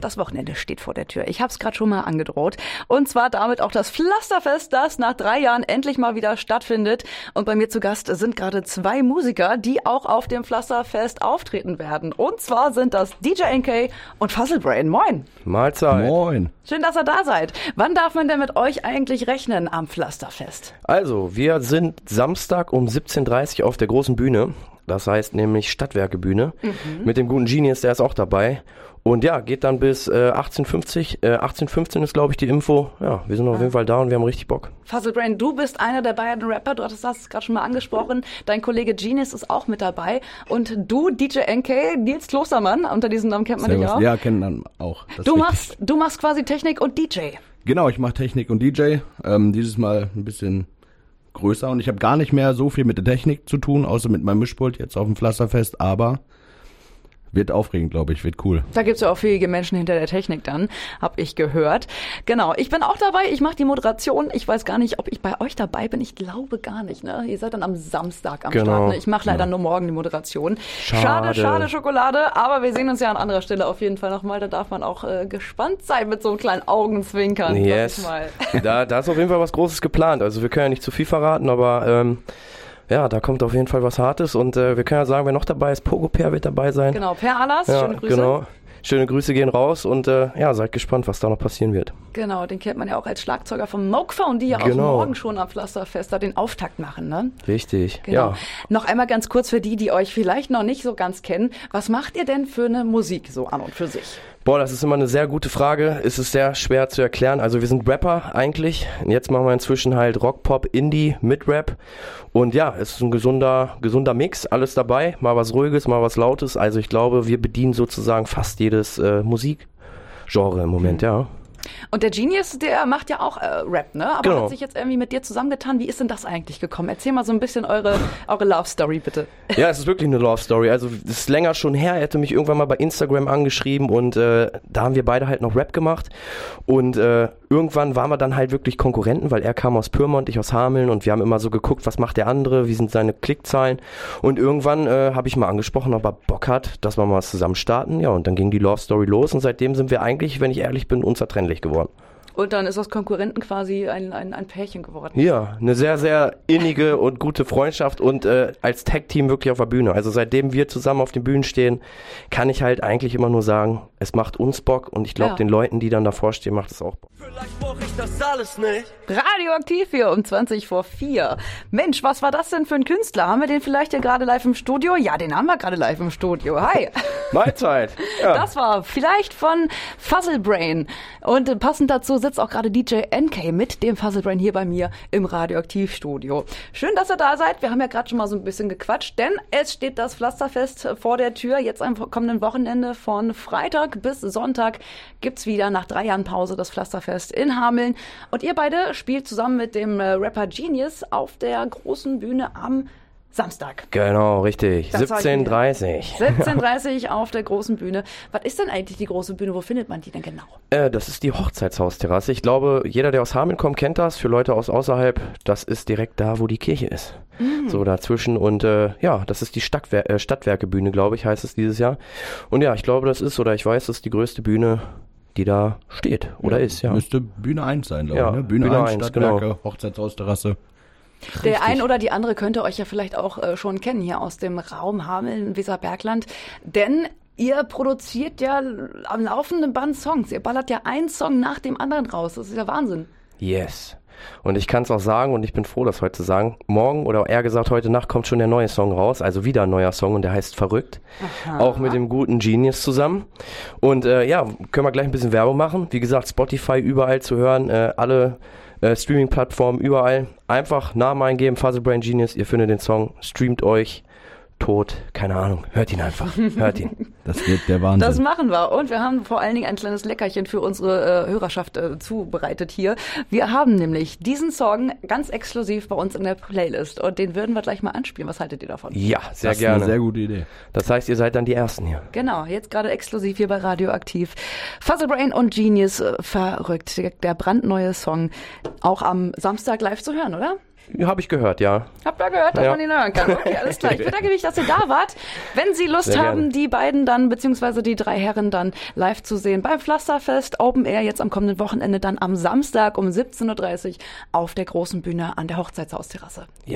Das Wochenende steht vor der Tür. Ich habe es gerade schon mal angedroht. Und zwar damit auch das Pflasterfest, das nach 3 Jahren endlich mal wieder stattfindet. Und bei mir zu Gast sind gerade 2 Musiker, die auch auf dem Pflasterfest auftreten werden. Und zwar sind das DJ NK und Fuzzlebrain. Moin. Mahlzeit. Moin. Schön, dass ihr da seid. Wann darf man denn mit euch eigentlich rechnen am Pflasterfest? Also, wir sind Samstag um 17:30 Uhr auf der großen Bühne. Das heißt nämlich Stadtwerke-Bühne. Mit dem guten Genius, der ist auch dabei. Und ja, geht dann bis 18:50. 18:15 ist, glaube ich, die Info. Ja, wir sind auf jeden Fall da und wir haben richtig Bock. Fuzzlebrain, du bist einer der beiden Rapper. Du hattest das gerade schon mal angesprochen. Dein Kollege Genius ist auch mit dabei. Und du, DJ NK, Nils Klostermann, unter diesem Namen kennt man dich auch. Ja, kennen dann auch. Du machst quasi Technik und DJ. Genau, ich mache Technik und DJ. Dieses Mal ein bisschen größer und ich habe gar nicht mehr so viel mit der Technik zu tun, außer mit meinem Mischpult jetzt auf dem Pflasterfest, aber wird aufregend, glaube ich, wird cool. Da gibt's ja auch fähige Menschen hinter der Technik dann, habe ich gehört. Genau, ich bin auch dabei, ich mache die Moderation. Ich weiß gar nicht, ob ich bei euch dabei bin. Ich glaube gar nicht, ne? Ihr seid dann am Samstag am Start, ne? Ich mache leider nur morgen die Moderation. Schade, Schokolade, aber wir sehen uns ja an anderer Stelle auf jeden Fall nochmal. Da darf man auch gespannt sein mit so einem kleinen Augenzwinkern. Yes, da ist auf jeden Fall was Großes geplant. Also wir können ja nicht zu viel verraten, aber ja, da kommt auf jeden Fall was Hartes und wir können ja sagen, wer noch dabei ist, Pogo Per wird dabei sein. Genau, Per Alas, ja, schöne Grüße. Genau. Schöne Grüße gehen raus und ja, seid gespannt, was da noch passieren wird. Genau, den kennt man ja auch als Schlagzeuger vom Mokephone, die ja auch morgen schon am Pflasterfest da den Auftakt machen, ne? Richtig, genau. Ja. Noch einmal ganz kurz für die euch vielleicht noch nicht so ganz kennen. Was macht ihr denn für eine Musik so an und für sich? Boah, das ist immer eine sehr gute Frage. Es ist sehr schwer zu erklären. Also wir sind Rapper eigentlich. Jetzt machen wir inzwischen halt Rock, Pop, Indie mit Rap. Und ja, es ist ein gesunder Mix, alles dabei. Mal was Ruhiges, mal was Lautes. Also ich glaube, wir bedienen sozusagen fast jedes Musikgenre im Moment, ja. Und der Genius, der macht ja auch Rap, ne? Aber genau. Hat sich jetzt irgendwie mit dir zusammengetan. Wie ist denn das eigentlich gekommen? Erzähl mal so ein bisschen eure Love Story, bitte. Ja, es ist wirklich eine Love Story. Also es ist länger schon her. Er hatte mich irgendwann mal bei Instagram angeschrieben und da haben wir beide halt noch Rap gemacht. Und irgendwann waren wir dann halt wirklich Konkurrenten, weil er kam aus Pyrmont, ich aus Hameln und wir haben immer so geguckt, was macht der andere, wie sind seine Klickzahlen. Und irgendwann habe ich mal angesprochen, ob er Bock hat, dass wir mal was zusammen starten. Ja, und dann ging die Love Story los und seitdem sind wir eigentlich, wenn ich ehrlich bin, unzertrennlich geworden. Und dann ist aus Konkurrenten quasi ein Pärchen geworden. Ja, eine sehr, sehr innige und gute Freundschaft und als Tag-Team wirklich auf der Bühne. Also seitdem wir zusammen auf den Bühnen stehen, kann ich halt eigentlich immer nur sagen, es macht uns Bock und ich glaube den Leuten, die dann davor stehen, macht es auch Bock. Vielleicht brauch ich das alles nicht. Radioaktiv hier um 4:20. Mensch, was war das denn für ein Künstler? Haben wir den vielleicht hier gerade live im Studio? Ja, den haben wir gerade live im Studio. Hi. Mahlzeit. Ja. Das war vielleicht von Fuzzlebrain. Und passend dazu sitzt auch gerade DJ NK mit dem Fuzzlebrain hier bei mir im Radioaktivstudio. Schön, dass ihr da seid. Wir haben ja gerade schon mal so ein bisschen gequatscht, denn es steht das Pflasterfest vor der Tür. Jetzt am kommenden Wochenende von Freitag bis Sonntag gibt's wieder nach 3 Jahren Pause das Pflasterfest in Hameln. Und ihr beide spielt zusammen mit dem Rapper Genius auf der großen Bühne am Samstag. Genau, richtig. 17:30. 17:30 auf der großen Bühne. Was ist denn eigentlich die große Bühne? Wo findet man die denn genau? Das ist die Hochzeitshausterrasse. Ich glaube, jeder, der aus Hameln kommt, kennt das. Für Leute aus außerhalb, das ist direkt da, wo die Kirche ist. So dazwischen. Und ja, das ist die Stadtwerke-Bühne, glaube ich, heißt es dieses Jahr. Und ja, ich glaube, ich weiß, das ist die größte Bühne, die da steht oder ist, ja. Müsste Bühne 1 sein, glaube ich. Ne? Bühne 1, Stadtwerke, Hochzeitshausterrasse. Der ein oder die andere könnte euch ja vielleicht auch schon kennen hier aus dem Raum Hameln, Weserbergland, denn ihr produziert ja am laufenden Band Songs. Ihr ballert ja einen Song nach dem anderen raus. Das ist ja Wahnsinn. Yes. Und ich kann es auch sagen und ich bin froh, das heute zu sagen. Morgen oder eher gesagt heute Nacht kommt schon der neue Song raus, also wieder ein neuer Song und der heißt Verrückt. Aha. Auch mit dem guten Genius zusammen. Und ja, können wir gleich ein bisschen Werbung machen. Wie gesagt, Spotify überall zu hören, alle Streaming-Plattformen überall. Einfach Namen eingeben, Fuzzlebrain Genius, ihr findet den Song, streamt euch. Tot, keine Ahnung, hört ihn einfach, hört ihn. Das wird der Wahnsinn. Das machen wir und wir haben vor allen Dingen ein kleines Leckerchen für unsere Hörerschaft zubereitet hier. Wir haben nämlich diesen Song ganz exklusiv bei uns in der Playlist und den würden wir gleich mal anspielen. Was haltet ihr davon? Ja, sehr das gerne. Das ist eine sehr gute Idee. Das heißt, ihr seid dann die Ersten hier. Genau, jetzt gerade exklusiv hier bei Radioaktiv. Fuzzlebrain und Genius, Verrückt, der brandneue Song, auch am Samstag live zu hören, oder? Habe ich gehört, ja. Habt ihr gehört, dass man ihn hören kann? Okay, alles klar. Ich bedanke mich, dass ihr da wart. Wenn Sie Lust haben, die beiden dann, beziehungsweise die 3 Herren dann live zu sehen beim Pflasterfest Open Air jetzt am kommenden Wochenende dann am Samstag um 17:30 Uhr auf der großen Bühne an der Hochzeitshausterrasse.